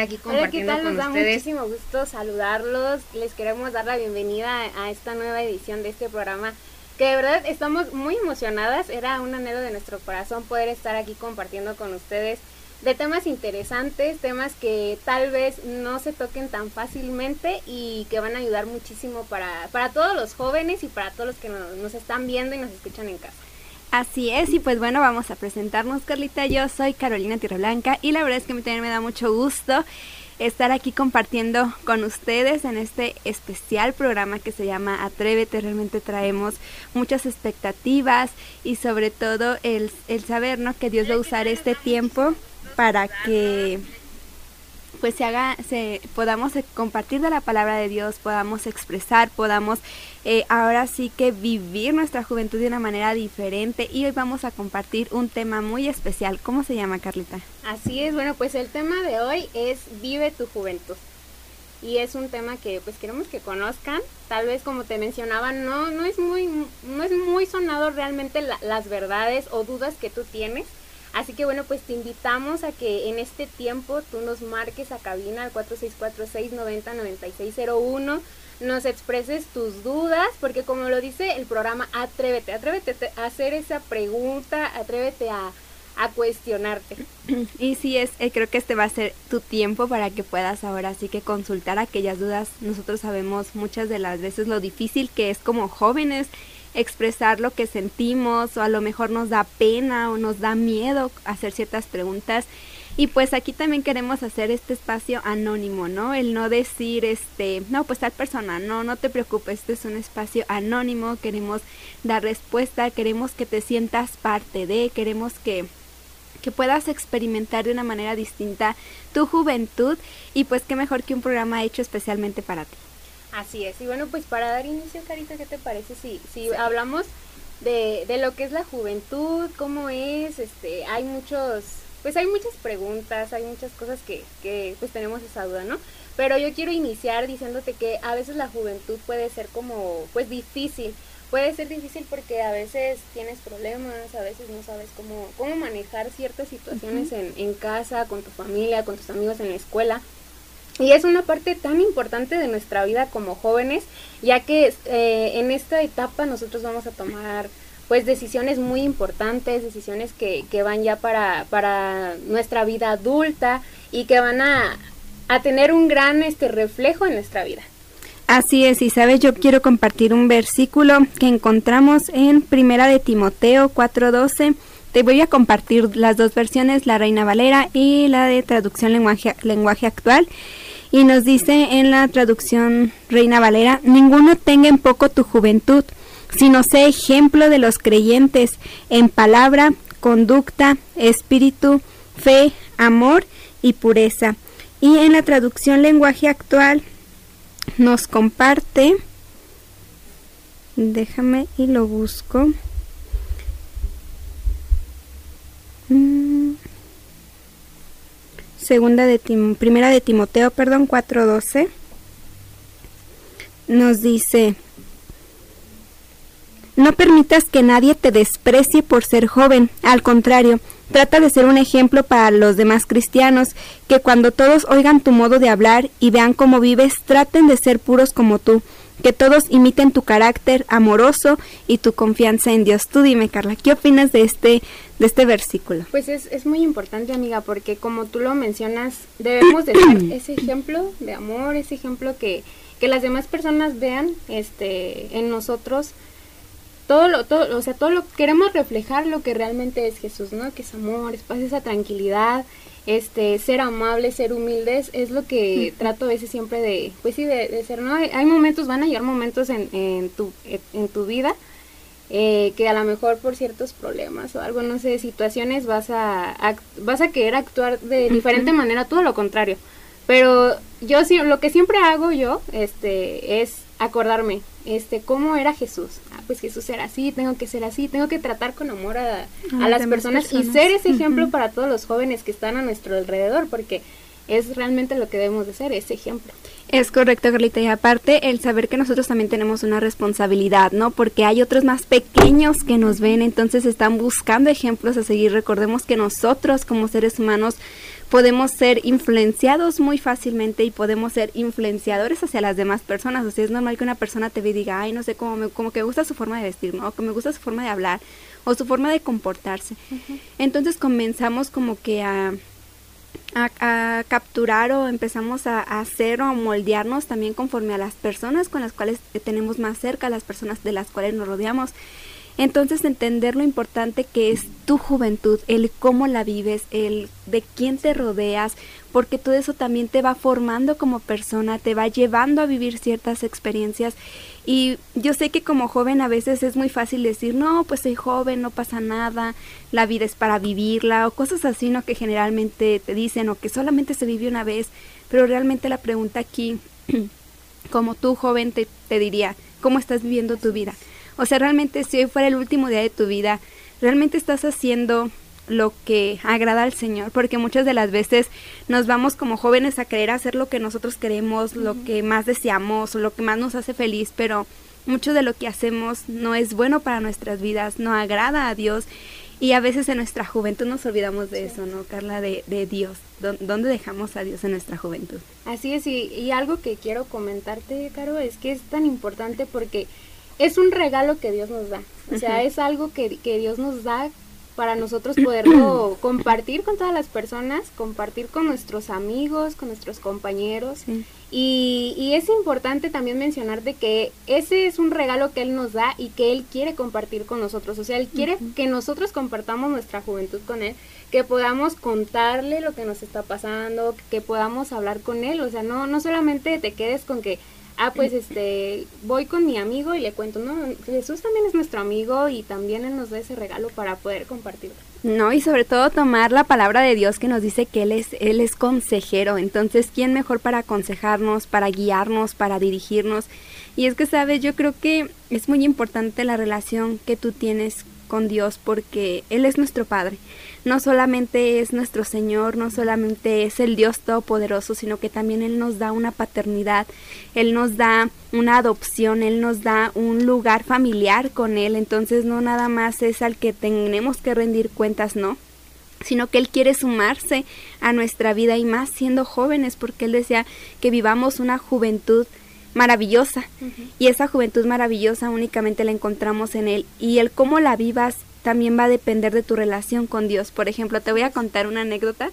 aquí compartiendo con ustedes. Nos da muchísimo gusto saludarlos. Les queremos dar la bienvenida a esta nueva edición de este programa, que de verdad estamos muy emocionadas. Era un anhelo de nuestro corazón poder estar aquí compartiendo con ustedes de temas interesantes, temas que tal vez no se toquen tan fácilmente y que van a ayudar muchísimo para todos los jóvenes y para todos los que nos están viendo y nos escuchan en casa. Así es, y pues bueno, vamos a presentarnos, Carlita. Yo soy Carolina Tierrablanca y la verdad es que a mí también me da mucho gusto estar aquí compartiendo con ustedes en este especial programa que se llama Atrévete. Realmente traemos muchas expectativas y sobre todo el saber, ¿no?, que Dios va a usar este tiempo para que pues podamos compartir de la palabra de Dios, podamos expresar, podamos ahora sí que vivir nuestra juventud de una manera diferente. Y hoy vamos a compartir un tema muy especial. ¿Cómo se llama, Carlita? Así es, bueno, pues el tema de hoy es Vive tu juventud. Y es un tema que pues queremos que conozcan. Tal vez, como te mencionaba, no es muy sonado realmente las verdades o dudas que tú tienes. Así que bueno, pues te invitamos a que en este tiempo tú nos marques a cabina al 4646-909601, nos expreses tus dudas, porque como lo dice el programa, atrévete a hacer esa pregunta, atrévete a cuestionarte. Y sí, creo que este va a ser tu tiempo para que puedas ahora sí que consultar aquellas dudas. Nosotros sabemos muchas de las veces lo difícil que es como jóvenes expresar lo que sentimos, o a lo mejor nos da pena o nos da miedo hacer ciertas preguntas. Y pues aquí también queremos hacer este espacio anónimo, ¿no? El no decir, no, pues tal persona, no te preocupes, este es un espacio anónimo, queremos dar respuesta, queremos que te sientas parte de, queremos que puedas experimentar de una manera distinta tu juventud, y pues qué mejor que un programa hecho especialmente para ti. Así es, y bueno, pues para dar inicio, Carita, ¿qué te parece si hablamos de lo que es la juventud? ¿Cómo es? Hay muchas preguntas, hay muchas cosas que pues tenemos esa duda, ¿no? Pero yo quiero iniciar diciéndote que a veces la juventud puede ser como, pues difícil. Puede ser difícil porque a veces tienes problemas, a veces no sabes cómo manejar ciertas situaciones en casa, con tu familia, con tus amigos en la escuela. Y es una parte tan importante de nuestra vida como jóvenes, ya que en esta etapa nosotros vamos a tomar pues decisiones muy importantes, decisiones que van ya para nuestra vida adulta y que van a tener un gran reflejo en nuestra vida. Así es, y sabes, yo quiero compartir un versículo que encontramos en Primera de Timoteo 4:12. Te voy a compartir las dos versiones, la Reina Valera y la de traducción lenguaje actual. Y nos dice en la traducción Reina Valera: ninguno tenga en poco tu juventud, sino sé ejemplo de los creyentes en palabra, conducta, espíritu, fe, amor y pureza. Y en la traducción lenguaje actual nos comparte, déjame y lo busco. Primera de Timoteo, 4:12, nos dice: no permitas que nadie te desprecie por ser joven, al contrario, trata de ser un ejemplo para los demás cristianos, que cuando todos oigan tu modo de hablar y vean cómo vives, traten de ser puros como tú, que todos imiten tu carácter amoroso y tu confianza en Dios. Tú dime, Carla, ¿qué opinas de este versículo? Pues es muy importante, amiga, porque como tú lo mencionas, debemos de ser ese ejemplo de amor, ese ejemplo que las demás personas vean en nosotros. Todo lo queremos reflejar lo que realmente es Jesús, ¿no? Que es amor, es paz, esa tranquilidad, ser amables, ser humildes, es lo que trato a veces siempre de ser, ¿no? Hay momentos, van a llegar momentos en tu vida que a lo mejor por ciertos problemas o algo, no sé, situaciones vas a querer actuar de diferente manera, todo lo contrario. Pero yo sí, lo que siempre hago yo, es acordarme, cómo era Jesús. Pues Jesús era así, tengo que ser así, tengo que tratar con amor a las personas y ser ese ejemplo para todos los jóvenes que están a nuestro alrededor, porque es realmente lo que debemos de ser, ese ejemplo. Es correcto, Carlita, y aparte el saber que nosotros también tenemos una responsabilidad, ¿no? Porque hay otros más pequeños que nos ven, entonces están buscando ejemplos a seguir. Recordemos que nosotros como seres humanos podemos ser influenciados muy fácilmente y podemos ser influenciadores hacia las demás personas. O sea, es normal que una persona te ve y diga, ay, no sé, como que me gusta su forma de vestir, ¿no? O que me gusta su forma de hablar o su forma de comportarse. Entonces comenzamos como que a capturar o empezamos a hacer o a moldearnos también conforme a las personas con las cuales tenemos más cerca, las personas de las cuales nos rodeamos. Entonces entender lo importante que es tu juventud, el cómo la vives, el de quién te rodeas, porque todo eso también te va formando como persona, te va llevando a vivir ciertas experiencias. Y yo sé que como joven a veces es muy fácil decir, no, pues soy joven, no pasa nada, la vida es para vivirla, o cosas así, ¿no? Que generalmente te dicen, o que solamente se vive una vez, pero realmente la pregunta aquí, como tú joven te diría, ¿cómo estás viviendo tu vida? O sea, realmente si hoy fuera el último día de tu vida, ¿realmente estás haciendo lo que agrada al Señor? Porque muchas de las veces nos vamos como jóvenes a querer hacer lo que nosotros queremos, lo que más deseamos, o lo que más nos hace feliz, pero mucho de lo que hacemos no es bueno para nuestras vidas, no agrada a Dios, y a veces en nuestra juventud nos olvidamos de eso, ¿no, Carla? De Dios. ¿Dónde dejamos a Dios en nuestra juventud? Así es, y algo que quiero comentarte, Caro, es que es tan importante porque es un regalo que Dios nos da, o sea, es algo que Dios nos da para nosotros poderlo compartir con todas las personas, compartir con nuestros amigos, con nuestros compañeros, sí. Y es importante también mencionar de que ese es un regalo que Él nos da y que Él quiere compartir con nosotros, o sea, Él quiere que nosotros compartamos nuestra juventud con Él, que podamos contarle lo que nos está pasando, que podamos hablar con Él, o sea, no solamente te quedes con que pues voy con mi amigo y le cuento, no, Jesús también es nuestro amigo y también Él nos da ese regalo para poder compartirlo. No, y sobre todo tomar la palabra de Dios que nos dice que Él es consejero, entonces, ¿quién mejor para aconsejarnos, para guiarnos, para dirigirnos? Y es que, ¿sabes? Yo creo que es muy importante la relación que tú tienes con Dios porque Él es nuestro Padre. No solamente es nuestro Señor, no solamente es el Dios Todopoderoso, sino que también Él nos da una paternidad, Él nos da una adopción, Él nos da un lugar familiar con Él. Entonces no nada más es al que tenemos que rendir cuentas, no, sino que Él quiere sumarse a nuestra vida y más siendo jóvenes, porque Él desea que vivamos una juventud maravillosa, y esa juventud maravillosa únicamente la encontramos en Él, y el cómo la vivas también va a depender de tu relación con Dios. Por ejemplo, te voy a contar una anécdota.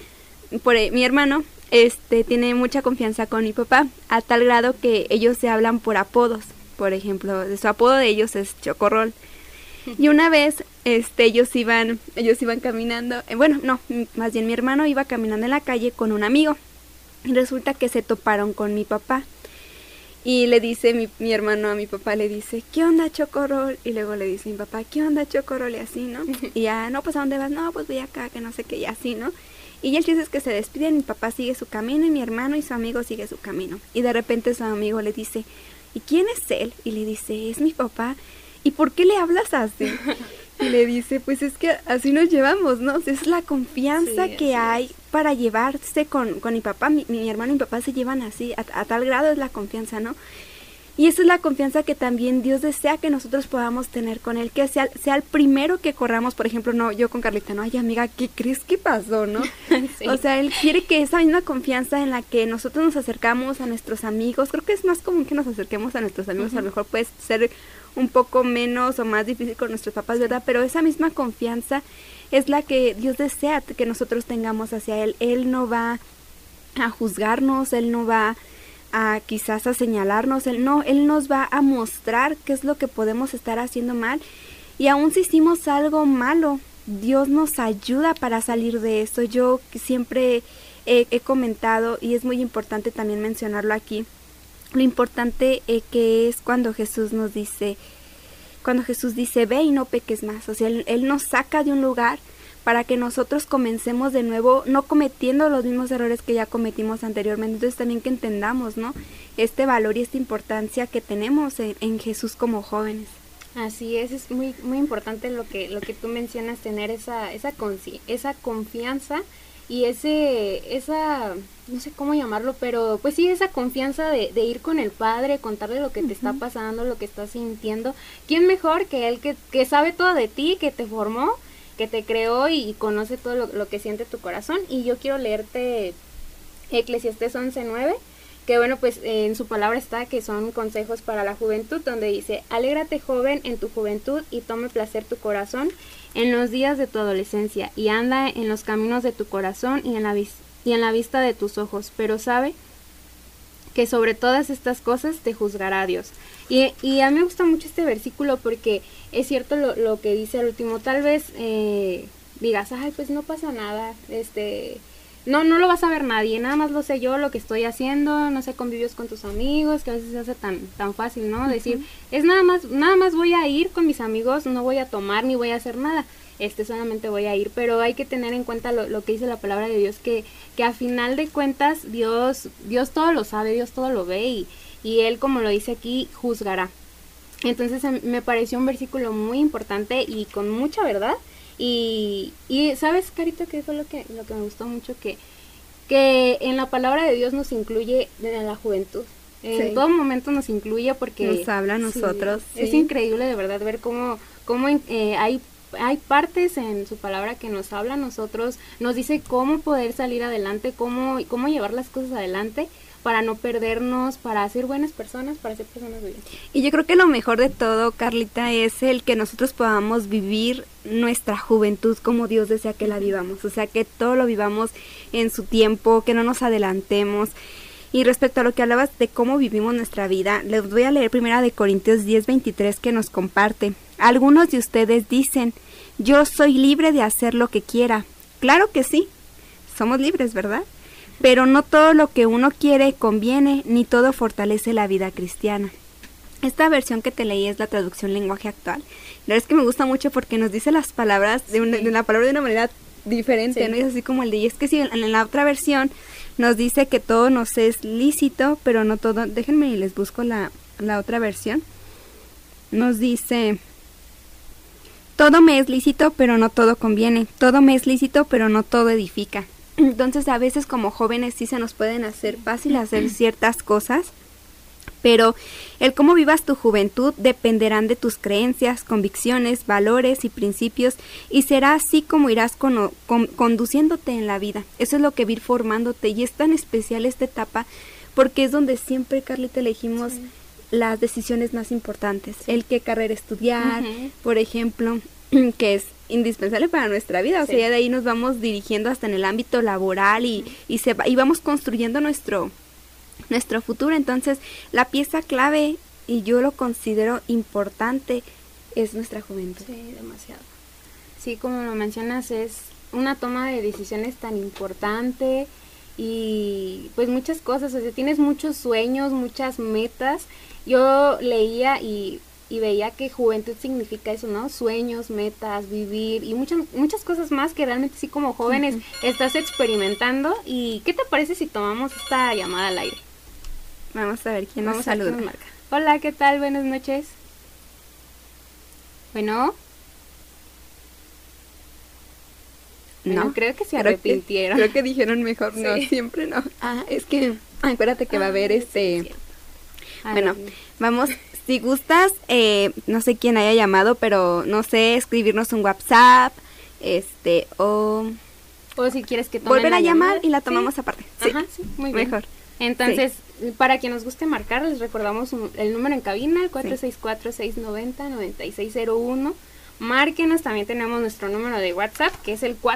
Mi hermano tiene mucha confianza con mi papá, a tal grado que ellos se hablan por apodos. Por ejemplo, su apodo de ellos es Chocorrol. Y una vez ellos iban caminando, más bien mi hermano iba caminando en la calle con un amigo, y resulta que se toparon con mi papá. Y le dice mi hermano a mi papá, le dice, ¿qué onda, Chocorrol? Y luego le dice mi papá, ¿qué onda, Chocorrol? Y así, ¿no? Y ya, no, pues ¿a dónde vas? No, pues voy acá, que no sé qué, y así, ¿no? Y el chiste es que se despiden, mi papá sigue su camino y mi hermano y su amigo sigue su camino. Y de repente su amigo le dice, ¿y quién es él? Y le dice, es mi papá. ¿Y por qué le hablas así? Y le dice, pues es que así nos llevamos, ¿no? O sea, es la confianza que hay para llevarse con mi papá. Mi hermano y mi papá se llevan así, a tal grado es la confianza, ¿no? Y esa es la confianza que también Dios desea que nosotros podamos tener con Él, que sea el primero que corramos. Por ejemplo, no, yo con Carlita, no, ay amiga, ¿qué crees que pasó, no? Sí. O sea, Él quiere que esa misma confianza en la que nosotros nos acercamos a nuestros amigos, creo que es más común que nos acerquemos a nuestros amigos, a lo mejor puede ser un poco menos o más difícil con nuestros papás, ¿verdad? Pero esa misma confianza es la que Dios desea que nosotros tengamos hacia Él. Él no va a juzgarnos, Él no va quizás a señalarnos, Él nos va a mostrar qué es lo que podemos estar haciendo mal, y aun si hicimos algo malo, Dios nos ayuda para salir de eso. Yo siempre he comentado, y es muy importante también mencionarlo aquí, lo importante que es cuando Jesús dice, ve y no peques más. O sea, Él nos saca de un lugar para que nosotros comencemos de nuevo, no cometiendo los mismos errores que ya cometimos anteriormente. Entonces también que entendamos, ¿no?, este valor y esta importancia que tenemos en Jesús como jóvenes. Así es muy muy importante lo que tú mencionas, tener esa confianza y esa no sé cómo llamarlo, pero pues sí, esa confianza de ir con el Padre, contarle lo que te está pasando, lo que estás sintiendo. ¿Quién mejor que Él que sabe todo de ti, que te formó, que te creó y conoce todo lo que siente tu corazón? Y yo quiero leerte Eclesiastés 11:9, que bueno, pues en su palabra está que son consejos para la juventud, donde dice: alégrate, joven, en tu juventud, y tome placer tu corazón en los días de tu adolescencia, y anda en los caminos de tu corazón y en la vista de tus ojos, pero sabe que sobre todas estas cosas te juzgará Dios. Y a mí me gusta mucho este versículo porque es cierto lo que dice al último. Tal vez digas, ay, pues no pasa nada, no lo vas a ver nadie, nada más lo sé yo, lo que estoy haciendo, no sé, convivios con tus amigos, que a veces se hace tan fácil, ¿no? Decir, es nada más voy a ir con mis amigos, no voy a tomar ni voy a hacer nada, solamente voy a ir. Pero hay que tener en cuenta lo que dice la palabra de Dios, que a final de cuentas Dios todo lo sabe, Dios todo lo ve, y Él, como lo dice aquí, juzgará. Entonces me pareció un versículo muy importante y con mucha verdad. Y ¿sabes, Carito, qué fue lo que me gustó mucho? Que en la palabra de Dios nos incluye en la juventud. En todo momento nos incluye porque nos habla a nosotros. Sí. Es increíble de verdad ver cómo hay partes en su palabra que nos habla a nosotros, nos dice cómo poder salir adelante, cómo llevar las cosas adelante, para no perdernos, para ser buenas personas, para ser personas bien. Y yo creo que lo mejor de todo, Carlita, es el que nosotros podamos vivir nuestra juventud como Dios desea que la vivamos. O sea, que todo lo vivamos en su tiempo, que no nos adelantemos. Y respecto a lo que hablabas de cómo vivimos nuestra vida, les voy a leer 1 Corintios 10:23 que nos comparte. Algunos de ustedes dicen, yo soy libre de hacer lo que quiera. Claro que sí, somos libres, ¿verdad? Pero no todo lo que uno quiere conviene, ni todo fortalece la vida cristiana. Esta versión que te leí es la traducción lenguaje actual. La verdad es que me gusta mucho porque nos dice las palabras de la palabra de una manera diferente, sí. ¿No? Es así como el de, y es que sí, en la otra versión nos dice que todo nos es lícito, pero no todo. Déjenme y les busco la otra versión. Nos dice, todo me es lícito, pero no todo conviene. Todo me es lícito, pero no todo edifica. Entonces a veces como jóvenes sí se nos pueden hacer fácil hacer ciertas cosas, pero el cómo vivas tu juventud dependerán de tus creencias, convicciones, valores y principios, y será así como irás conduciéndote en la vida. Eso es lo que va a ir formándote, y es tan especial esta etapa porque es donde siempre, Carlita, elegimos las decisiones más importantes. El qué carrera estudiar, por ejemplo, que es indispensable para nuestra vida, o sea, ya de ahí nos vamos dirigiendo hasta en el ámbito laboral y vamos construyendo nuestro futuro. Entonces, la pieza clave, y yo lo considero importante, es nuestra juventud. Sí, demasiado. Sí, como lo mencionas, es una toma de decisiones tan importante y pues muchas cosas, o sea, tienes muchos sueños, muchas metas. Yo leía y veía que juventud significa eso, ¿no? Sueños, metas, vivir y muchas cosas más que realmente sí como jóvenes estás experimentando. ¿Y qué te parece si tomamos esta llamada al aire? Vamos a ver quién nos saluda. Quién nos marca. Hola, ¿qué tal? Buenas noches. Bueno, creo que se arrepintieron. Creo que dijeron mejor, no, siempre no. Es que acuérdate que va a haber Bueno, vamos. Si gustas, no sé quién haya llamado, pero no sé, escribirnos un WhatsApp, o si quieres que volver a llamar y la tomamos aparte. Sí, muy bien. Mejor. Entonces, para quien nos guste marcar, les recordamos el número en cabina, el 464-690-9601. Márquenos, también tenemos nuestro número de WhatsApp, que es el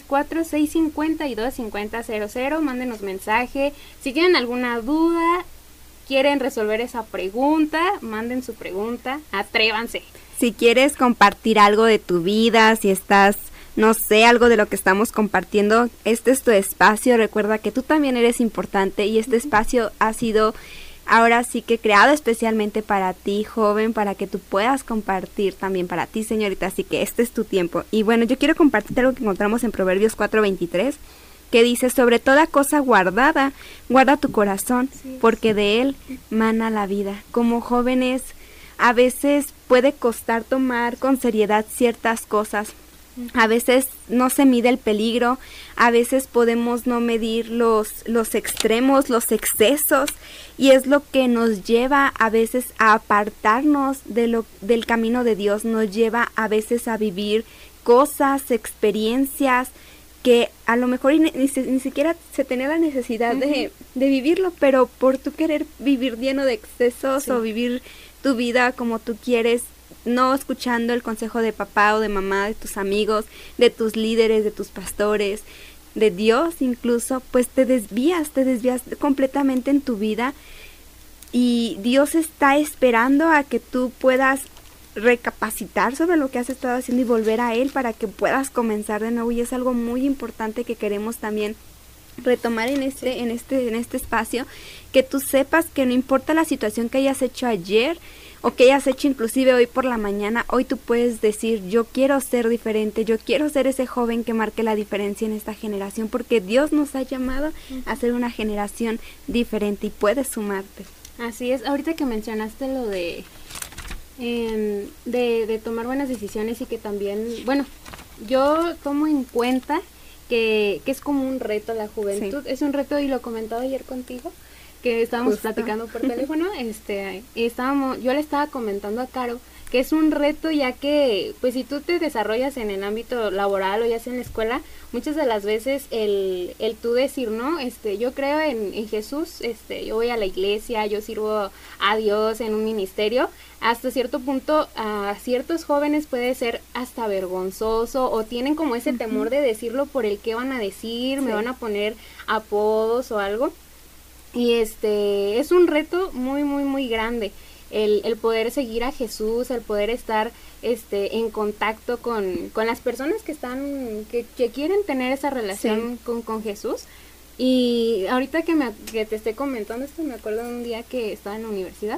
464-652-5000. Mándenos mensaje. Si tienen alguna duda, quieren resolver esa pregunta, manden su pregunta, atrévanse. Si quieres compartir algo de tu vida, si estás, no sé, algo de lo que estamos compartiendo, este es tu espacio. Recuerda que tú también eres importante y este espacio ha sido ahora sí que creado especialmente para ti, joven, para que tú puedas compartir también para ti, señorita. Así que este es tu tiempo. Y bueno, yo quiero compartirte algo que encontramos en Proverbios 4:23. Que dice, sobre toda cosa guardada, guarda tu corazón, porque de él mana la vida. Como jóvenes, a veces puede costar tomar con seriedad ciertas cosas, A veces no se mide el peligro, a veces podemos no medir los extremos, los excesos, y es lo que nos lleva a veces a apartarnos del camino de Dios, nos lleva a veces a vivir cosas, experiencias que a lo mejor ni siquiera se tenía la necesidad de vivirlo, pero por tu querer vivir lleno de excesos o vivir tu vida como tú quieres, no escuchando el consejo de papá o de mamá, de tus amigos, de tus líderes, de tus pastores, de Dios incluso, pues te desvías completamente en tu vida, y Dios está esperando a que tú puedas recapacitar sobre lo que has estado haciendo y volver a Él para que puedas comenzar de nuevo, y es algo muy importante que queremos también retomar en este espacio, que tú sepas que no importa la situación que hayas hecho ayer o que hayas hecho inclusive hoy por la mañana, hoy tú puedes decir: yo quiero ser diferente, yo quiero ser ese joven que marque la diferencia en esta generación, porque Dios nos ha llamado a ser una generación diferente, y puedes sumarte. Así es. Ahorita que mencionaste lo de tomar buenas decisiones, y que también, bueno, yo tomo en cuenta que es como un reto la juventud, es un reto, y lo comentaba ayer contigo, que estábamos platicando por teléfono, yo le estaba comentando a Caro que es un reto, ya que pues si tú te desarrollas en el ámbito laboral o ya sea en la escuela, muchas de las veces el tú decir, no, yo creo en Jesús, yo voy a la iglesia, yo sirvo a Dios en un ministerio, hasta cierto punto a ciertos jóvenes puede ser hasta vergonzoso, o tienen como ese temor de decirlo por el qué van a decir, me van a poner apodos o algo. Y es un reto muy, muy, muy grande el poder seguir a Jesús, el poder estar en contacto con las personas que quieren tener esa relación con Jesús. Y ahorita que te estoy comentando esto, me acuerdo de un día que estaba en la universidad,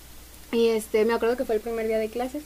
y me acuerdo que fue el primer día de clases,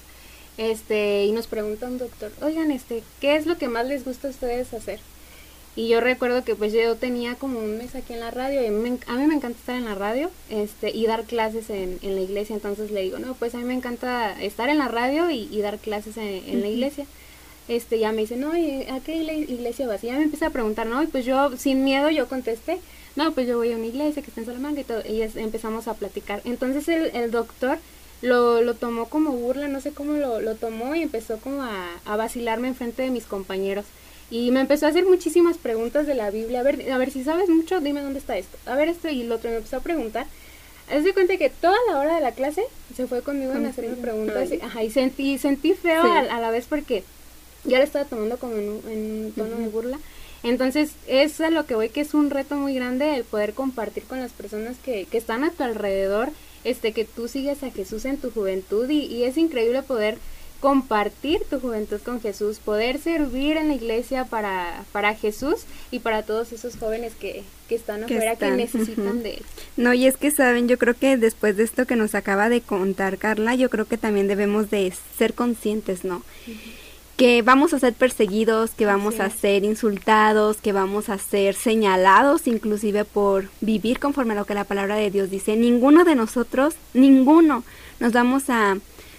y nos pregunta un doctor: oigan, ¿qué es lo que más les gusta a ustedes hacer? Y yo recuerdo que pues yo tenía como un mes aquí en la radio, y a mí me encanta estar en la radio y dar clases en la iglesia. Entonces le digo: no, pues a mí me encanta estar en la radio y dar clases en la iglesia. Ya me dice: no, ¿y a qué iglesia vas? Y ya me empieza a preguntar, ¿no? Y pues yo sin miedo yo contesté: no, pues yo voy a una iglesia que está en Salamanca y todo. Y empezamos a platicar. Entonces el doctor lo tomó como burla, no sé cómo lo tomó, y empezó como a vacilarme enfrente de mis compañeros. Y me empezó a hacer muchísimas preguntas de la Biblia. A ver si sabes mucho, dime dónde está esto. A ver esto y lo otro. Me empezó a preguntar. Haz de cuenta que toda la hora de la clase se fue conmigo en hacerme preguntas. Y sentí feo a la vez, porque ya lo estaba tomando como en un tono de burla. Entonces es a lo que voy, que es un reto muy grande el poder compartir con las personas que están a tu alrededor, que tú sigues a Jesús en tu juventud, y es increíble poder compartir tu juventud con Jesús, poder servir en la iglesia para Jesús y para todos esos jóvenes que están afuera, que necesitan de Él. No, y es que saben, yo creo que después de esto que nos acaba de contar Carla, yo creo que también debemos de ser conscientes, ¿no? Que vamos a ser perseguidos, que vamos a ser insultados, que vamos a ser señalados inclusive por vivir conforme a lo que la palabra de Dios dice. Ninguno de nosotros, nos vamos a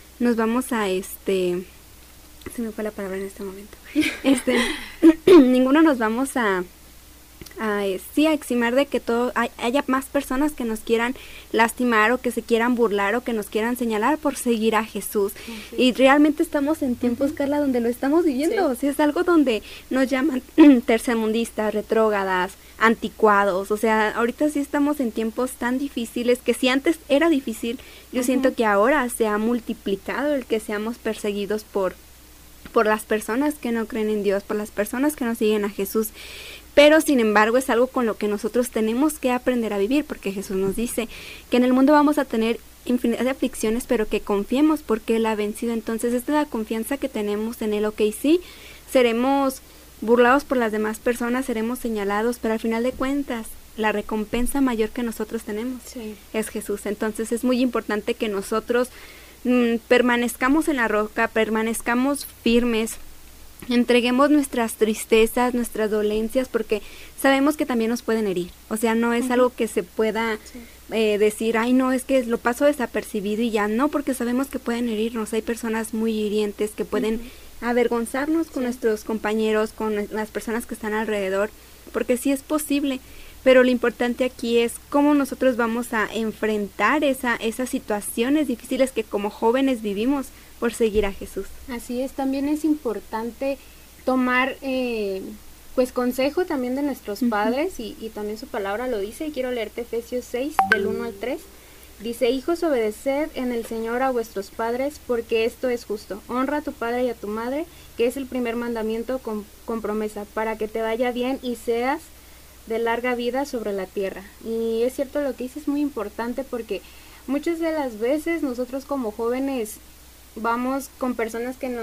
se me fue la palabra en este momento. Ninguno nos vamos a eximar de que haya más personas que nos quieran lastimar, o que se quieran burlar, o que nos quieran señalar por seguir a Jesús. Y realmente estamos en tiempos, Carla, donde lo estamos viviendo. O sea, es algo donde nos llaman tercermundistas, retrógradas, anticuados. O sea, ahorita sí estamos en tiempos tan difíciles, que si antes era difícil, yo siento que ahora se ha multiplicado el que seamos perseguidos por las personas que no creen en Dios, por las personas que no siguen a Jesús. Pero sin embargo es algo con lo que nosotros tenemos que aprender a vivir, porque Jesús nos dice que en el mundo vamos a tener infinidad de aflicciones, pero que confiemos porque Él ha vencido. Entonces esta es la confianza que tenemos en Él. Ok, sí, seremos burlados por las demás personas, seremos señalados, pero al final de cuentas la recompensa mayor que nosotros tenemos es Jesús. Entonces es muy importante que nosotros permanezcamos en la roca, permanezcamos firmes, entreguemos nuestras tristezas, nuestras dolencias, porque sabemos que también nos pueden herir. O sea, no es algo que se pueda decir: ay, no, es que lo paso desapercibido y ya. No, porque sabemos que pueden herirnos. Hay personas muy hirientes que pueden avergonzarnos con nuestros compañeros, con las personas que están alrededor, porque sí es posible, pero lo importante aquí es cómo nosotros vamos a enfrentar esas situaciones difíciles que como jóvenes vivimos por seguir a Jesús. Así es, también es importante tomar pues consejo también de nuestros padres y también su palabra lo dice. Quiero leerte Efesios 6 del 1 al 3. Dice: hijos, obedeced en el Señor a vuestros padres, porque esto es justo. Honra a tu padre y a tu madre, que es el primer mandamiento con promesa, para que te vaya bien y seas de larga vida sobre la tierra. Y es cierto lo que dice, es muy importante, porque muchas de las veces nosotros como jóvenes vamos con personas que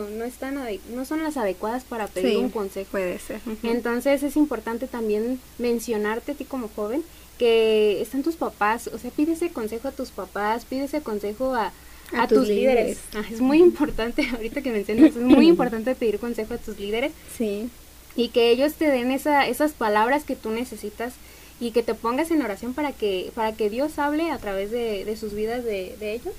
no son las adecuadas para pedir un consejo. Puede ser. Entonces es importante también mencionarte a ti como joven que están tus papás, o sea, pide ese consejo a tus papás, pide ese consejo a tus líderes. Es muy importante, ahorita que mencionas, es muy importante pedir consejo a tus líderes. Sí. Y que ellos te den esas palabras que tú necesitas y que te pongas en oración para que Dios hable a través de sus vidas de ellos.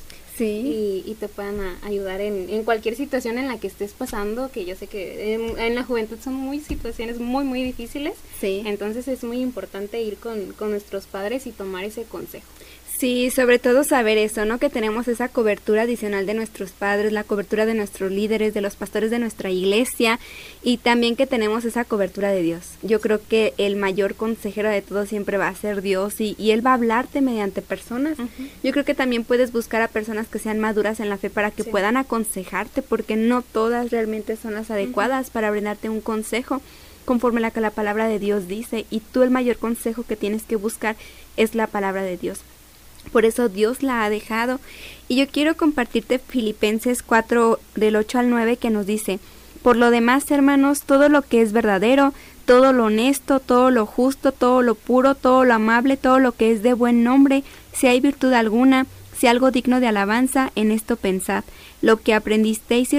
Sí. Y te puedan ayudar en cualquier situación en la que estés pasando, que yo sé que en la juventud son situaciones muy, muy difíciles. Sí. Entonces es muy importante ir con nuestros padres y tomar ese consejo. Sí, sobre todo saber eso, ¿no? Que tenemos esa cobertura adicional de nuestros padres, la cobertura de nuestros líderes, de los pastores de nuestra iglesia, y también que tenemos esa cobertura de Dios. Yo creo que el mayor consejero de todo siempre va a ser Dios, y Él va a hablarte mediante personas. Yo creo que también puedes buscar a personas que sean maduras en la fe para que puedan aconsejarte, porque no todas realmente son las adecuadas para brindarte un consejo conforme a lo que la palabra de Dios dice, y tú el mayor consejo que tienes que buscar es la palabra de Dios. Por eso Dios la ha dejado. Y yo quiero compartirte Filipenses 4 del 8 al 9 que nos dice: por lo demás, hermanos, todo lo que es verdadero, todo lo honesto, todo lo justo, todo lo puro, todo lo amable, todo lo que es de buen nombre, si hay virtud alguna, si algo digno de alabanza, en esto pensad. Lo que aprendisteis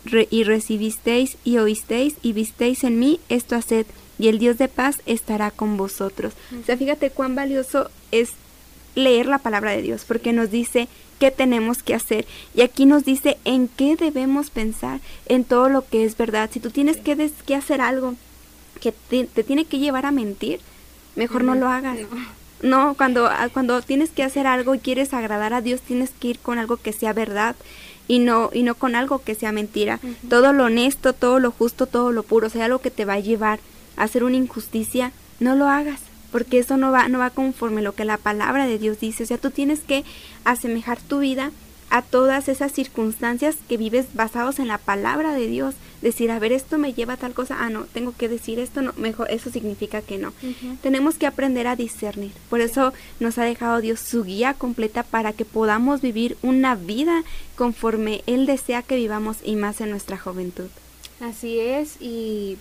y recibisteis y oísteis y visteis en mí, esto haced, y el Dios de paz estará con vosotros. O sea, fíjate cuán valioso es leer la palabra de Dios, porque nos dice qué tenemos que hacer, y aquí nos dice en qué debemos pensar, en todo lo que es verdad. Si tú tienes que hacer algo que te tiene que llevar a mentir, mejor no lo hagas. No, cuando tienes que hacer algo y quieres agradar a Dios, tienes que ir con algo que sea verdad y no con algo que sea mentira. Todo lo honesto, todo lo justo, todo lo puro, o sea, algo que te va a llevar a hacer una injusticia, no lo hagas, porque eso no va conforme lo que la palabra de Dios dice. O sea, tú tienes que asemejar tu vida a todas esas circunstancias que vives basados en la palabra de Dios. Decir, a ver, esto me lleva a tal cosa, no, tengo que decir esto, no, mejor, eso significa que no. Tenemos que aprender a discernir. Por eso nos ha dejado Dios su guía completa para que podamos vivir una vida conforme Él desea que vivamos, y más en nuestra juventud. Así es, y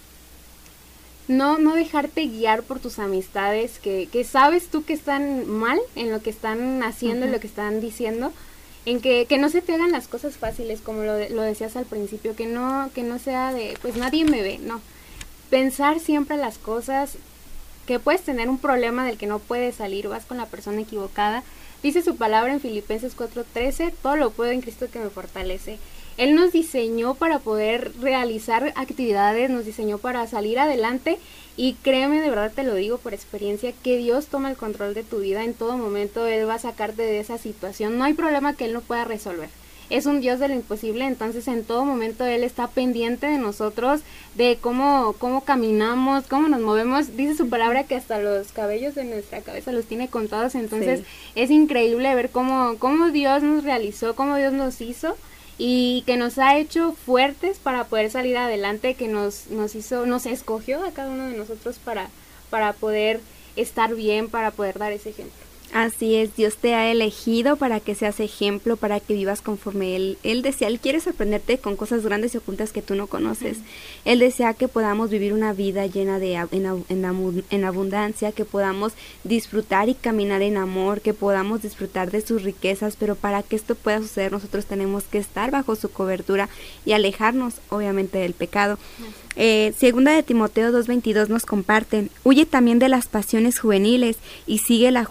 no dejarte guiar por tus amistades que sabes tú que están mal en lo que están haciendo, en lo que están diciendo, en que no se te hagan las cosas fáciles, como lo decías al principio, que no sea de, pues nadie me ve, no. Pensar siempre las cosas, que puedes tener un problema del que no puedes salir, vas con la persona equivocada. Dice su palabra en Filipenses 4:13, todo lo puedo en Cristo que me fortalece. Él nos diseñó para poder realizar actividades, nos diseñó para salir adelante, y créeme, de verdad te lo digo por experiencia, que Dios toma el control de tu vida en todo momento. Él va a sacarte de esa situación, no hay problema que Él no pueda resolver. Es un Dios de lo imposible, entonces en todo momento Él está pendiente de nosotros, de cómo caminamos, cómo nos movemos. Dice su palabra que hasta los cabellos de nuestra cabeza los tiene contados, entonces es increíble ver cómo Dios nos realizó, cómo Dios nos hizo, y que nos ha hecho fuertes para poder salir adelante, que nos escogió a cada uno de nosotros para poder estar bien, para poder dar ese ejemplo. Así es, Dios te ha elegido para que seas ejemplo, para que vivas conforme Él desea. Él quiere sorprenderte con cosas grandes y ocultas que tú no conoces. Él desea que podamos vivir una vida llena en abundancia, que podamos disfrutar y caminar en amor, que podamos disfrutar de sus riquezas, pero para que esto pueda suceder nosotros tenemos que estar bajo su cobertura y alejarnos obviamente del pecado. Segunda de Timoteo 2:22 nos comparte: huye también de las pasiones juveniles y sigue la justicia,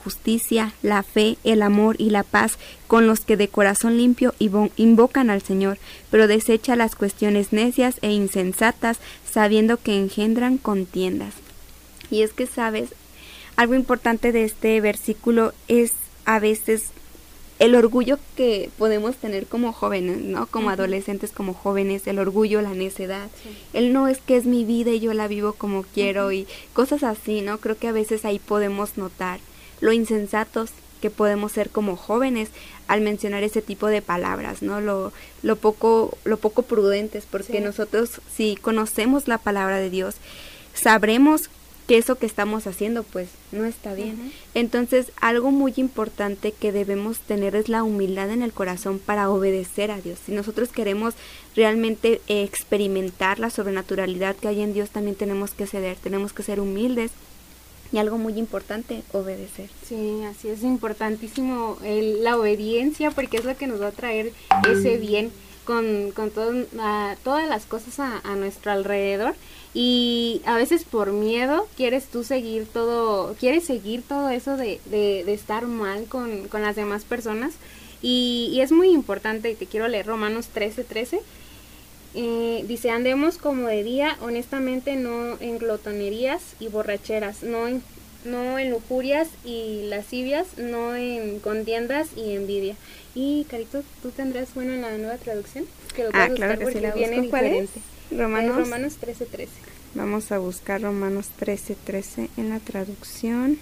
justicia, la fe, el amor y la paz con los que de corazón limpio invocan al Señor, pero desecha las cuestiones necias e insensatas, sabiendo que engendran contiendas. Y es que, ¿sabes? Algo importante de este versículo es a veces el orgullo que podemos tener como jóvenes, ¿no? Como adolescentes, como jóvenes, el orgullo, la necedad. Sí. El no es que es mi vida y yo la vivo como quiero y cosas así, ¿no? Creo que a veces ahí podemos notar lo insensatos que podemos ser como jóvenes al mencionar ese tipo de palabras, ¿no? Lo poco prudentes, porque nosotros, si conocemos la palabra de Dios, sabremos que eso que estamos haciendo pues no está bien. Entonces, algo muy importante que debemos tener es la humildad en el corazón para obedecer a Dios. Si nosotros queremos realmente experimentar la sobrenaturalidad que hay en Dios, también tenemos que ceder, tenemos que ser humildes. Y algo muy importante, obedecer. Sí, así es importantísimo la obediencia, porque es lo que nos va a traer ese bien con todas las cosas a nuestro alrededor. Y a veces por miedo quieres seguir todo eso de estar mal con las demás personas. Y es muy importante, te quiero leer Romanos 13:13. Dice, andemos como de día, honestamente, no en glotonerías y borracheras, no en lujurias y lascivias, no en contiendas y envidia. Y Carito, ¿tú tendrás en la Nueva Traducción? Que lo puedes claro que sí, la viene busco. ¿Cuál es? Romanos 13:13. Vamos a buscar Romanos 13:13 en la traducción.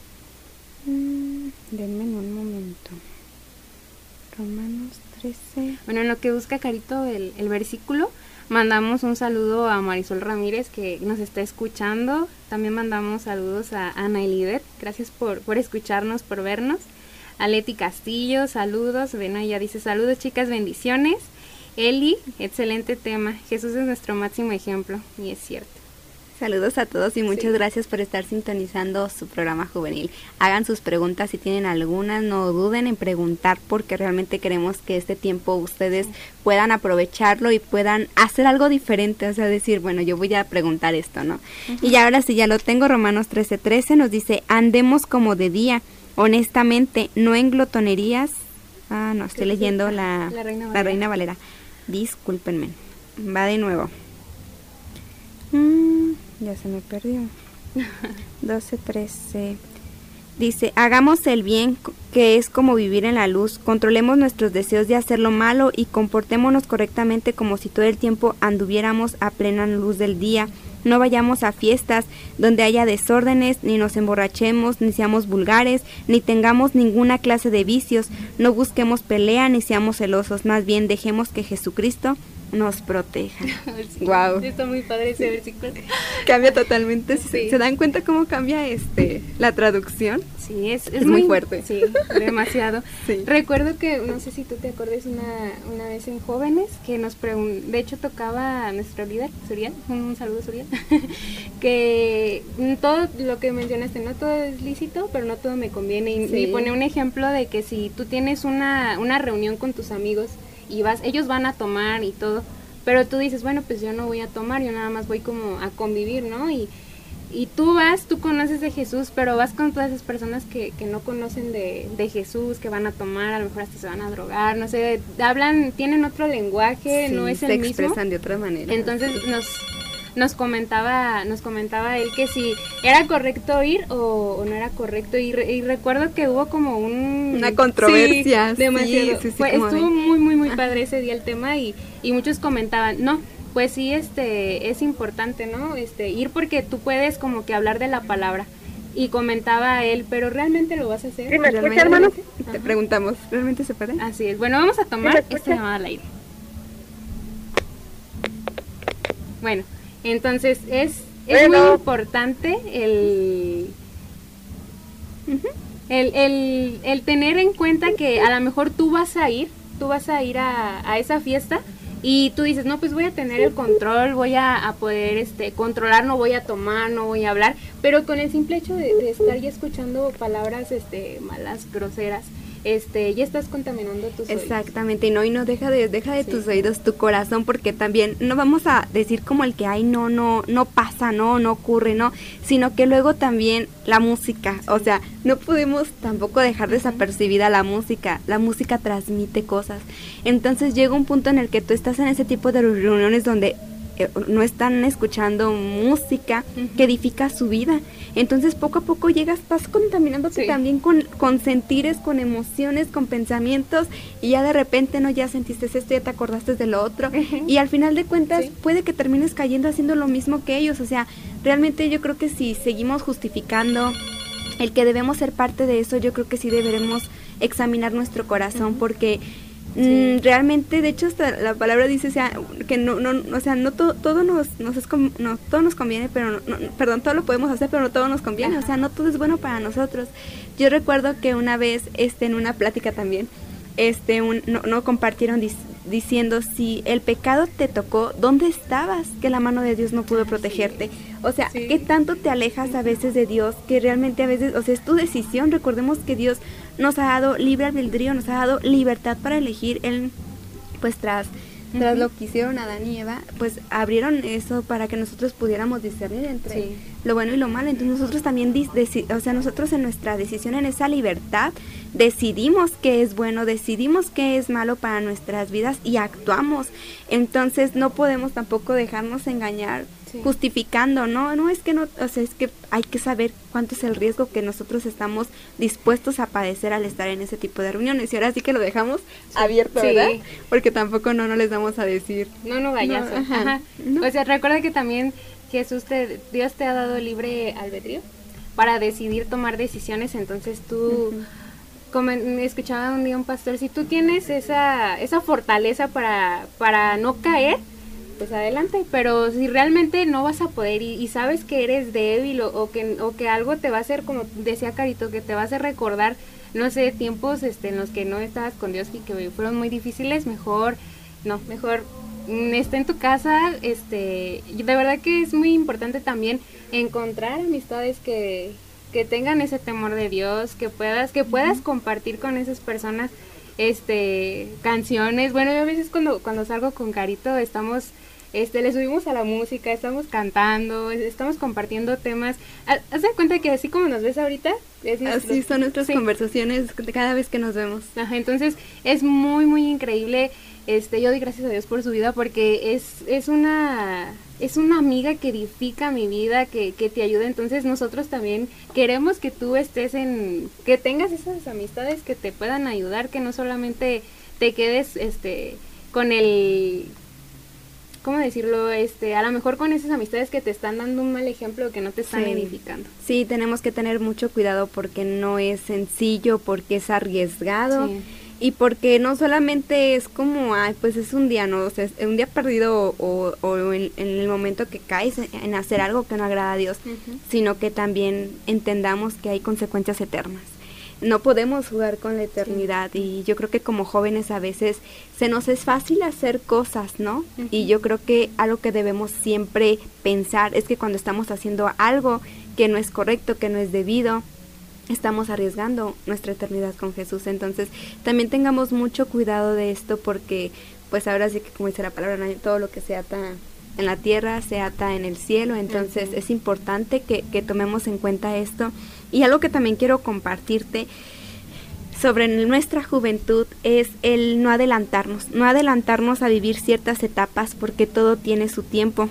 Denme un momento. Romanos 13. Bueno, en lo que busca Carito el versículo, mandamos un saludo a Marisol Ramírez, que nos está escuchando. También mandamos saludos a Ana Elidet. Gracias por escucharnos, por vernos. A Leti Castillo, saludos. Bueno, ella dice, saludos chicas, bendiciones. Eli, excelente tema. Jesús es nuestro máximo ejemplo. Y es cierto. Saludos a todos y muchas gracias por estar sintonizando su programa juvenil. Hagan sus preguntas si tienen algunas, no duden en preguntar, porque realmente queremos que este tiempo ustedes puedan aprovecharlo y puedan hacer algo diferente, o sea, decir, bueno, yo voy a preguntar esto, ¿no? Y ya ahora sí, ya lo tengo, Romanos 13:13 nos dice, andemos como de día, honestamente, no en glotonerías. No, estoy leyendo la Reina Valera. Discúlpenme, va de nuevo. Ya se me perdió. 12:13. Dice, hagamos el bien, que es como vivir en la luz, controlemos nuestros deseos de hacer lo malo y comportémonos correctamente como si todo el tiempo anduviéramos a plena luz del día. No vayamos a fiestas donde haya desórdenes, ni nos emborrachemos, ni seamos vulgares, ni tengamos ninguna clase de vicios. No busquemos pelea, ni seamos celosos, más bien dejemos que Jesucristo nos proteja. Wow. Está muy padre ese versículo. Cambia totalmente. Sí. ¿Se dan cuenta cómo cambia la traducción? Sí, es muy fuerte. Sí, demasiado. Sí. Recuerdo que, no sé si tú te acuerdas, una vez en Jóvenes, que nos de hecho tocaba nuestro líder, Suriel, un saludo Suriel, que todo lo que mencionaste, no todo es lícito, pero no todo me conviene. Y pone un ejemplo de que si tú tienes una reunión con tus amigos, y ellos van a tomar y todo, pero tú dices, bueno, pues yo no voy a tomar, yo nada más voy como a convivir, ¿no? Y tú conoces de Jesús, pero vas con todas esas personas que no conocen de Jesús, que van a tomar, a lo mejor hasta se van a drogar, no sé, tienen otro lenguaje, no es el mismo. Se expresan de otra manera. Entonces nos comentaba él que si era correcto ir o no era correcto, y recuerdo que hubo como una controversia. Sí, demasiado. Sí, estuvo muy padre ese día el tema, y muchos comentaban, no, pues sí, es importante, ¿no? Ir, porque tú puedes como que hablar de la palabra. Y comentaba él, pero ¿realmente lo vas a hacer? ¿Sí me escucha, hermano? Te preguntamos, ¿realmente se puede? Así es. Bueno, vamos a tomar esta llamada al aire. Bueno, entonces es muy importante el tener en cuenta que a lo mejor tú vas a ir a esa fiesta, y tú dices, no, pues voy a tener el control, voy a poder controlar, no voy a tomar, no voy a hablar, pero con el simple hecho de estar ya escuchando palabras malas, groseras, ya estás contaminando tus oídos. Exactamente, y no deja de tus oídos, tu corazón, porque también no vamos a decir como el que ay no pasa, no ocurre, no, sino que luego también la música, o sea, no podemos tampoco dejar desapercibida la música transmite cosas. Entonces llega un punto en el que tú estás en ese tipo de reuniones donde no están escuchando música que edifica su vida. Entonces poco a poco estás contaminándote también con sentires, con emociones, con pensamientos, y ya de repente ya sentiste esto, ya te acordaste de lo otro, y al final de cuentas puede que termines cayendo haciendo lo mismo que ellos. O sea, realmente yo creo que si seguimos justificando el que debemos ser parte de eso, yo creo que sí deberemos examinar nuestro corazón, porque realmente, de hecho, hasta la palabra dice, o sea, que todo nos conviene, pero todo lo podemos hacer, pero no todo nos conviene. O sea, no todo es bueno para nosotros. Yo recuerdo que una vez, en una plática también, no compartieron diciendo, si el pecado te tocó, ¿dónde estabas? Que la mano de Dios no pudo protegerte. O sea, ¿qué tanto te alejas a veces de Dios? Que realmente a veces, o sea, es tu decisión. Recordemos que Dios nos ha dado libre albedrío, nos ha dado libertad para elegir. Él, pues tras lo que hicieron Adán y Eva, pues abrieron eso para que nosotros pudiéramos discernir entre lo bueno y lo malo. Entonces nosotros también, nosotros en nuestra decisión, en esa libertad, decidimos qué es bueno, decidimos qué es malo para nuestras vidas y actuamos. Entonces no podemos tampoco dejarnos engañar justificando, no es que no, o sea, es que hay que saber cuánto es el riesgo que nosotros estamos dispuestos a padecer al estar en ese tipo de reuniones. Y ahora sí que lo dejamos abierto, ¿verdad? Porque tampoco no les vamos a decir. No vayas. O sea, recuerda que también Dios te ha dado libre albedrío para decidir tomar decisiones. Entonces tú, como escuchaba un día un pastor, si tú tienes esa fortaleza para no caer, pues adelante, pero si realmente no vas a poder y sabes que eres débil o que algo te va a hacer, como decía Carito, que te va a hacer recordar, no sé, tiempos en los que no estabas con Dios y que fueron muy difíciles, mejor esté en tu casa. De verdad que es muy importante también encontrar amistades que tengan ese temor de Dios, que puedas compartir con esas personas canciones. Bueno, yo a veces cuando salgo con Carito estamos le subimos a la música, estamos cantando, estamos compartiendo temas. Haz de cuenta que así como nos ves ahorita, así son nuestras conversaciones cada vez que nos vemos. Entonces es muy muy increíble. Yo doy gracias a Dios por su vida, porque es una amiga que edifica mi vida, que te ayuda. Entonces nosotros también queremos que tú que tengas esas amistades que te puedan ayudar, que no solamente te quedes con el, ¿cómo decirlo? A lo mejor con esas amistades que te están dando un mal ejemplo, que no te están edificando. Sí, tenemos que tener mucho cuidado, porque no es sencillo, porque es arriesgado. Y porque no solamente es como, pues es un día, ¿no? O sea, es un día perdido o en el momento que caes en hacer algo que no agrada a Dios, sino que también entendamos que hay consecuencias eternas. No podemos jugar con la eternidad, y yo creo que como jóvenes a veces se nos es fácil hacer cosas, ¿no? Y yo creo que algo que debemos siempre pensar es que cuando estamos haciendo algo que no es correcto, que no es debido, estamos arriesgando nuestra eternidad con Jesús. Entonces también tengamos mucho cuidado de esto, porque pues ahora sí que, como dice la palabra, todo lo que se ata en la tierra se ata en el cielo. Entonces es importante que tomemos en cuenta esto. Y algo que también quiero compartirte sobre nuestra juventud es el no adelantarnos a vivir ciertas etapas, porque todo tiene su tiempo.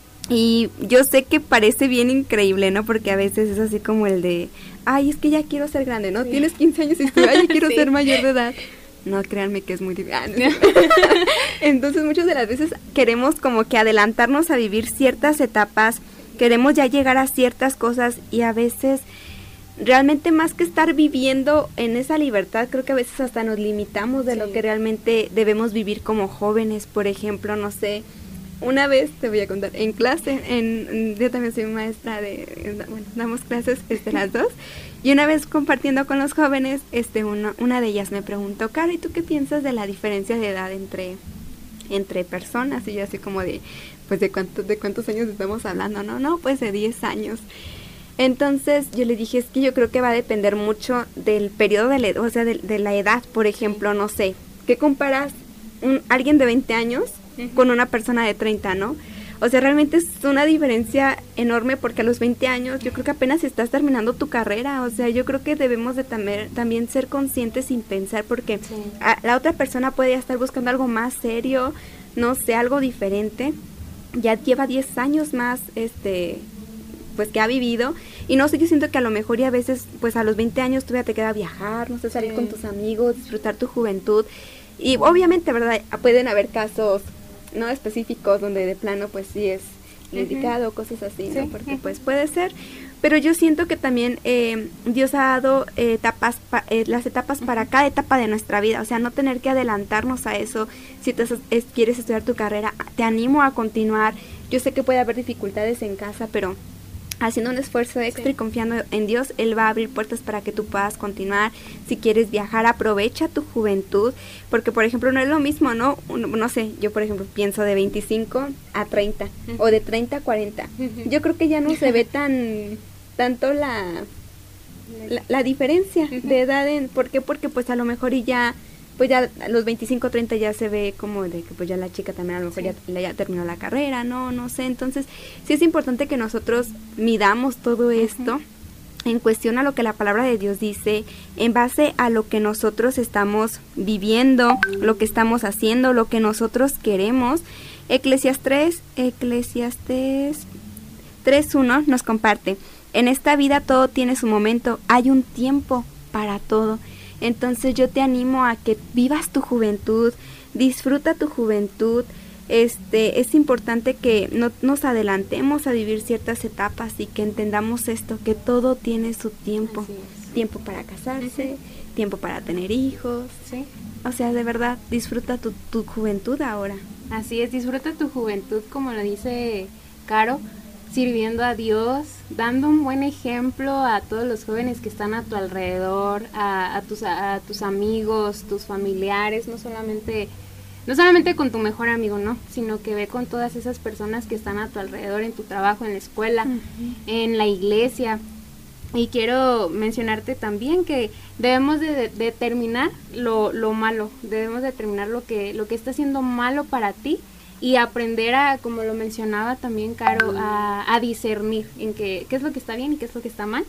Y yo sé que parece bien increíble, ¿no? Porque a veces es así como el de, ay, es que ya quiero ser grande, ¿no? Tienes 15 años y tú, ay, ya quiero ser mayor de edad. No, créanme que es muy difícil. Entonces muchas de las veces queremos como que adelantarnos a vivir ciertas etapas, queremos ya llegar a ciertas cosas, y a veces realmente, más que estar viviendo en esa libertad, creo que a veces hasta nos limitamos de lo que realmente debemos vivir como jóvenes. Por ejemplo, no sé, una vez te voy a contar, en clase, yo también soy maestra damos clases las dos, y una vez compartiendo con los jóvenes, una de ellas me preguntó, Caro, ¿y tú qué piensas de la diferencia de edad entre personas? Y yo así como de, pues, ¿de cuántos años estamos hablando? No, pues de 10 años. Entonces yo le dije, es que yo creo que va a depender mucho del periodo de la, o sea, de la edad, por ejemplo, no sé, ¿qué comparas alguien de 20 años con una persona de 30, ¿no? O sea, realmente es una diferencia enorme porque a los 20 años yo creo que apenas estás terminando tu carrera. O sea, yo creo que debemos de también ser conscientes sin pensar porque la otra persona puede estar buscando algo más serio, no sé, algo diferente. Ya lleva 10 años más, pues que ha vivido. Y no sé, yo siento que a lo mejor y a veces, pues a los 20 años todavía te queda viajar, no sé, salir con tus amigos, disfrutar tu juventud. Y obviamente, ¿verdad? Pueden haber casos no específicos donde de plano pues sí es indicado, cosas así, ¿no? Porque pues puede ser, pero yo siento que también Dios ha dado las etapas para cada etapa de nuestra vida, o sea, no tener que adelantarnos a eso. Si tú quieres estudiar tu carrera, te animo a continuar. Yo sé que puede haber dificultades en casa, pero haciendo un esfuerzo extra y confiando en Dios, Él va a abrir puertas para que tú puedas continuar. Si quieres viajar, aprovecha tu juventud, porque por ejemplo no es lo mismo, ¿no? No sé, yo por ejemplo pienso de 25 a 30 o de 30 a 40. Yo creo que ya no se ve tanto la diferencia de edad. ¿Por qué? Porque pues a lo mejor pues ya a los 25, 30 ya se ve como de que pues ya la chica también a lo mejor ya terminó la carrera, no sé. Entonces sí es importante que nosotros midamos todo esto en cuestión a lo que la palabra de Dios dice, en base a lo que nosotros estamos viviendo, lo que estamos haciendo, lo que nosotros queremos. Eclesiastés 3:1 nos comparte: en esta vida todo tiene su momento, hay un tiempo para todo. Entonces yo te animo a que vivas tu juventud, disfruta tu juventud. Es importante que no nos adelantemos a vivir ciertas etapas y que entendamos esto, que todo tiene su tiempo. Tiempo para casarse, tiempo para tener hijos. O sea, de verdad, disfruta tu juventud ahora. Así es, disfruta tu juventud, como lo dice Caro, sirviendo a Dios, dando un buen ejemplo a todos los jóvenes que están a tu alrededor, a tus amigos, tus familiares, no solamente con tu mejor amigo, ¿no? Sino que ve con todas esas personas que están a tu alrededor, en tu trabajo, en la escuela, en la iglesia. Y quiero mencionarte también que debemos de determinar lo malo, debemos determinar lo que está siendo malo para ti, y aprender a, como lo mencionaba también Caro, a discernir en qué es lo que está bien y qué es lo que está mal,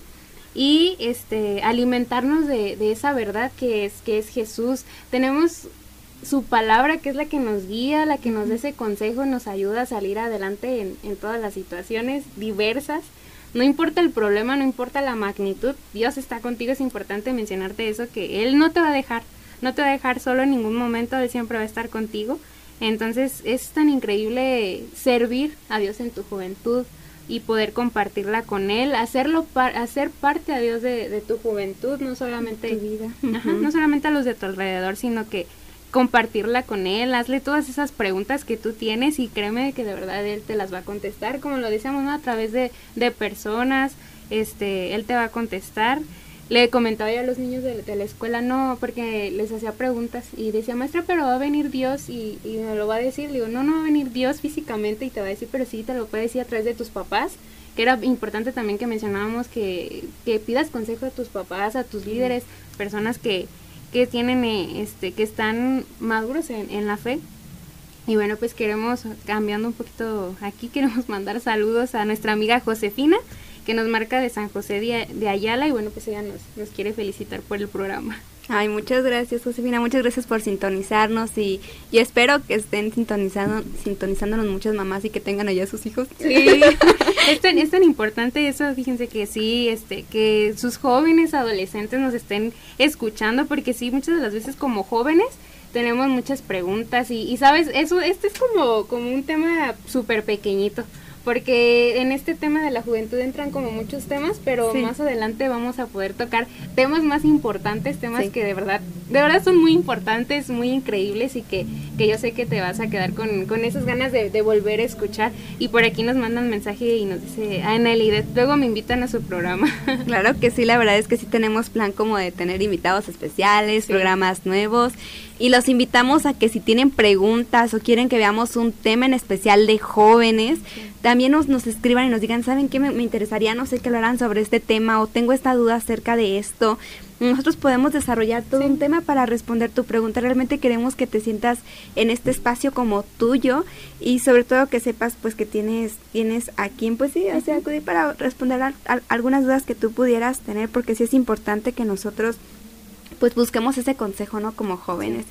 y alimentarnos de esa verdad que es Jesús. Tenemos su palabra, que es la que nos guía, la que nos da ese consejo, nos ayuda a salir adelante en todas las situaciones diversas. No importa el problema, no importa la magnitud, Dios está contigo. Es importante mencionarte eso, que Él no te va a dejar solo en ningún momento, Él siempre va a estar contigo. Entonces es tan increíble servir a Dios en tu juventud y poder compartirla con Él, hacer parte a Dios de tu juventud, no solamente tu vida. No solamente a los de tu alrededor, sino que compartirla con Él. Hazle todas esas preguntas que tú tienes y créeme que de verdad Él te las va a contestar, como lo decíamos, ¿no? A través de personas, Él te va a contestar. Le comentaba yo a los niños de la escuela, no, porque les hacía preguntas y decía, maestra, pero va a venir Dios y me lo va a decir. Le digo, no va a venir Dios físicamente y te va a decir, pero sí te lo puede decir a través de tus papás, que era importante también que mencionábamos que pidas consejo a tus papás, a tus líderes, personas que tienen, que están maduros en la fe. Y bueno, pues cambiando un poquito aquí, queremos mandar saludos a nuestra amiga Josefina, que nos marca de San José de Ayala, y bueno, pues ella nos quiere felicitar por el programa. Ay, muchas gracias, Josefina, muchas gracias por sintonizarnos, y espero que estén sintonizándonos muchas mamás y que tengan allá sus hijos. Sí, es tan importante eso, fíjense que sí, que sus jóvenes adolescentes nos estén escuchando, porque sí, muchas de las veces como jóvenes tenemos muchas preguntas y sabes, eso, es como un tema súper pequeñito, porque en este tema de la juventud entran como muchos temas, pero más adelante vamos a poder tocar temas más importantes, temas que de verdad de verdad son muy importantes, muy increíbles y que yo sé que te vas a quedar con esas ganas de volver a escuchar. Y por aquí nos mandan mensaje y nos dice, Nelly, luego me invitan a su programa. Claro que sí, la verdad es que sí tenemos plan como de tener invitados especiales, programas nuevos, y los invitamos a que si tienen preguntas o quieren que veamos un tema en especial de jóvenes, también nos escriban y nos digan, ¿saben qué? Me interesaría, no sé, que hablaran sobre este tema o tengo esta duda acerca de esto. Nosotros podemos desarrollar todo un tema para responder tu pregunta. Realmente queremos que te sientas en este espacio como tuyo y sobre todo que sepas pues que tienes a quien pues sí, acudir para responder a algunas dudas que tú pudieras tener, porque sí es importante que nosotros pues busquemos ese consejo, ¿no? Como jóvenes.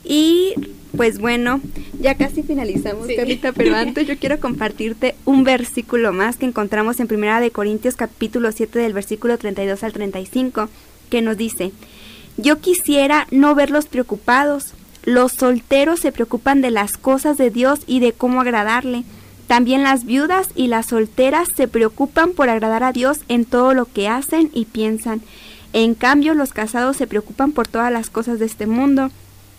Y pues bueno, ya casi finalizamos, Carlita, pero antes yo quiero compartirte un versículo más que encontramos en 1 Corintios capítulo 7 del versículo 32 al 35, que nos dice: yo quisiera no verlos preocupados. Los solteros se preocupan de las cosas de Dios y de cómo agradarle. También las viudas y las solteras se preocupan por agradar a Dios en todo lo que hacen y piensan. En cambio, los casados se preocupan por todas las cosas de este mundo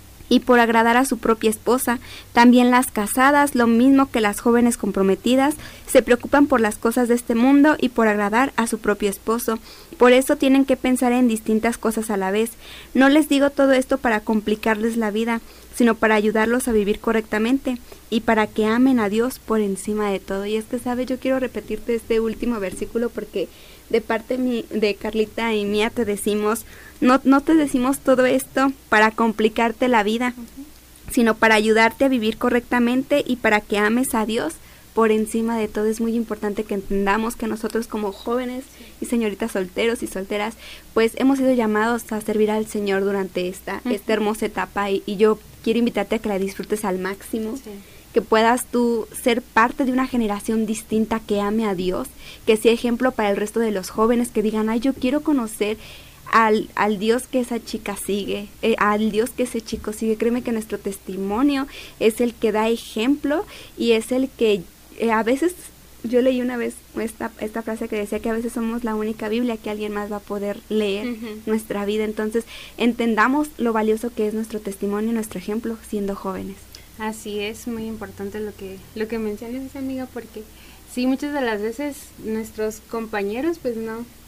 y por agradar a su propia esposa. También las casadas, lo mismo que las jóvenes comprometidas, se preocupan por las cosas de este mundo y por agradar a su propio esposo. Por eso tienen que pensar en distintas cosas a la vez. No les digo todo esto para complicarles la vida, sino para ayudarlos a vivir correctamente y para que amen a Dios por encima de todo. Y es que, ¿sabes? Yo quiero repetirte este último versículo porque de parte de Carlita y mía te decimos, no te decimos todo esto para complicarte la vida, sino para ayudarte a vivir correctamente y para que ames a Dios por encima de todo. Es muy importante que entendamos que nosotros como jóvenes y señoritas solteros y solteras, pues hemos sido llamados a servir al Señor durante esta hermosa etapa y yo quiero invitarte a que la disfrutes al máximo. Sí. Que puedas tú ser parte de una generación distinta que ame a Dios, que sea ejemplo para el resto de los jóvenes, que digan, ay, yo quiero conocer al Dios que esa chica sigue, al Dios que ese chico sigue. Créeme que nuestro testimonio es el que da ejemplo y es el que a veces, yo leí una vez esta frase que decía que a veces somos la única Biblia que alguien más va a poder leer nuestra vida. Entonces entendamos lo valioso que es nuestro testimonio, nuestro ejemplo siendo jóvenes. Así es, muy importante lo que mencionas, amiga, porque sí, muchas de las veces nuestros compañeros pues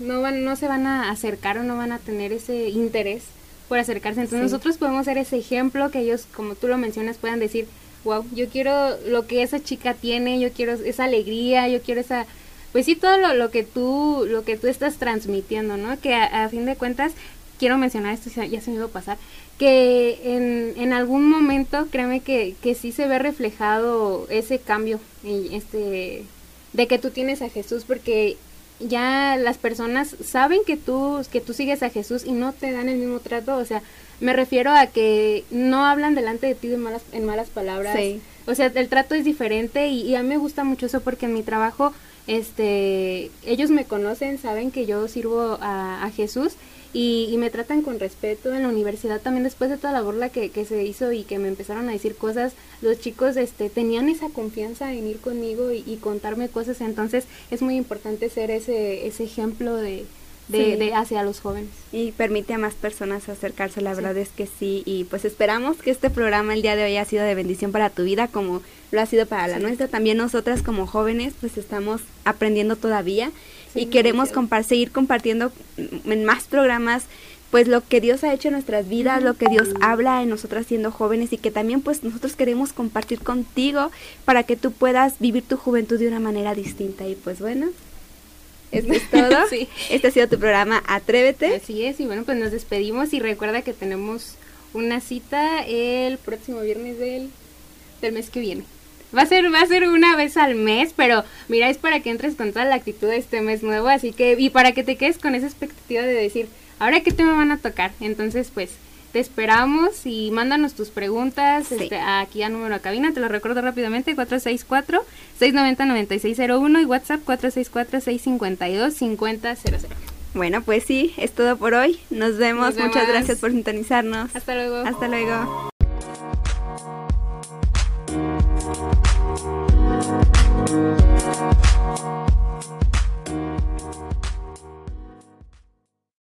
no se van a acercar o no van a tener ese interés por acercarse. Entonces nosotros podemos ser ese ejemplo que ellos, como tú lo mencionas, puedan decir, wow, yo quiero lo que esa chica tiene, yo quiero esa alegría, yo quiero esa, pues sí, todo lo que tú estás transmitiendo, ¿no? Que a fin de cuentas, quiero mencionar esto, ya se me iba a pasar, que en algún momento, créeme que sí se ve reflejado ese cambio, de que tú tienes a Jesús, porque ya las personas saben que tú sigues a Jesús y no te dan el mismo trato. O sea, me refiero a que no hablan delante de ti en malas palabras. Sí. O sea, el trato es diferente y a mí me gusta mucho eso porque en mi trabajo, ellos me conocen, saben que yo sirvo a Jesús y me tratan con respeto. En la universidad también, después de toda la burla que se hizo y que me empezaron a decir cosas, los chicos tenían esa confianza en ir conmigo y contarme cosas. Entonces es muy importante ser ese ejemplo de hacia los jóvenes. Y permite a más personas acercarse, la verdad es que sí. Y pues esperamos que este programa el día de hoy ha sido de bendición para tu vida, como lo ha sido para la nuestra. También nosotras como jóvenes pues estamos aprendiendo todavía y queremos seguir compartiendo en más programas pues lo que Dios ha hecho en nuestras vidas, lo que Dios habla en nosotras siendo jóvenes, y que también pues nosotros queremos compartir contigo para que tú puedas vivir tu juventud de una manera distinta. Y pues bueno, esto es todo. Sí. Este ha sido tu programa Atrévete. Así es, y bueno, pues nos despedimos y recuerda que tenemos una cita el próximo viernes del mes que viene. Va a ser una vez al mes, pero mira, es para que entres con toda la actitud de este mes nuevo, así que, y para que te quedes con esa expectativa de decir, ¿ahora qué tema van a tocar? Entonces, pues, te esperamos y mándanos tus preguntas aquí a número de cabina, te lo recuerdo rápidamente, 464-690-9601 y WhatsApp 464-652-5000. Bueno, pues sí, es todo por hoy. Nos vemos. Muchas gracias por sintonizarnos. Hasta luego. Hasta luego.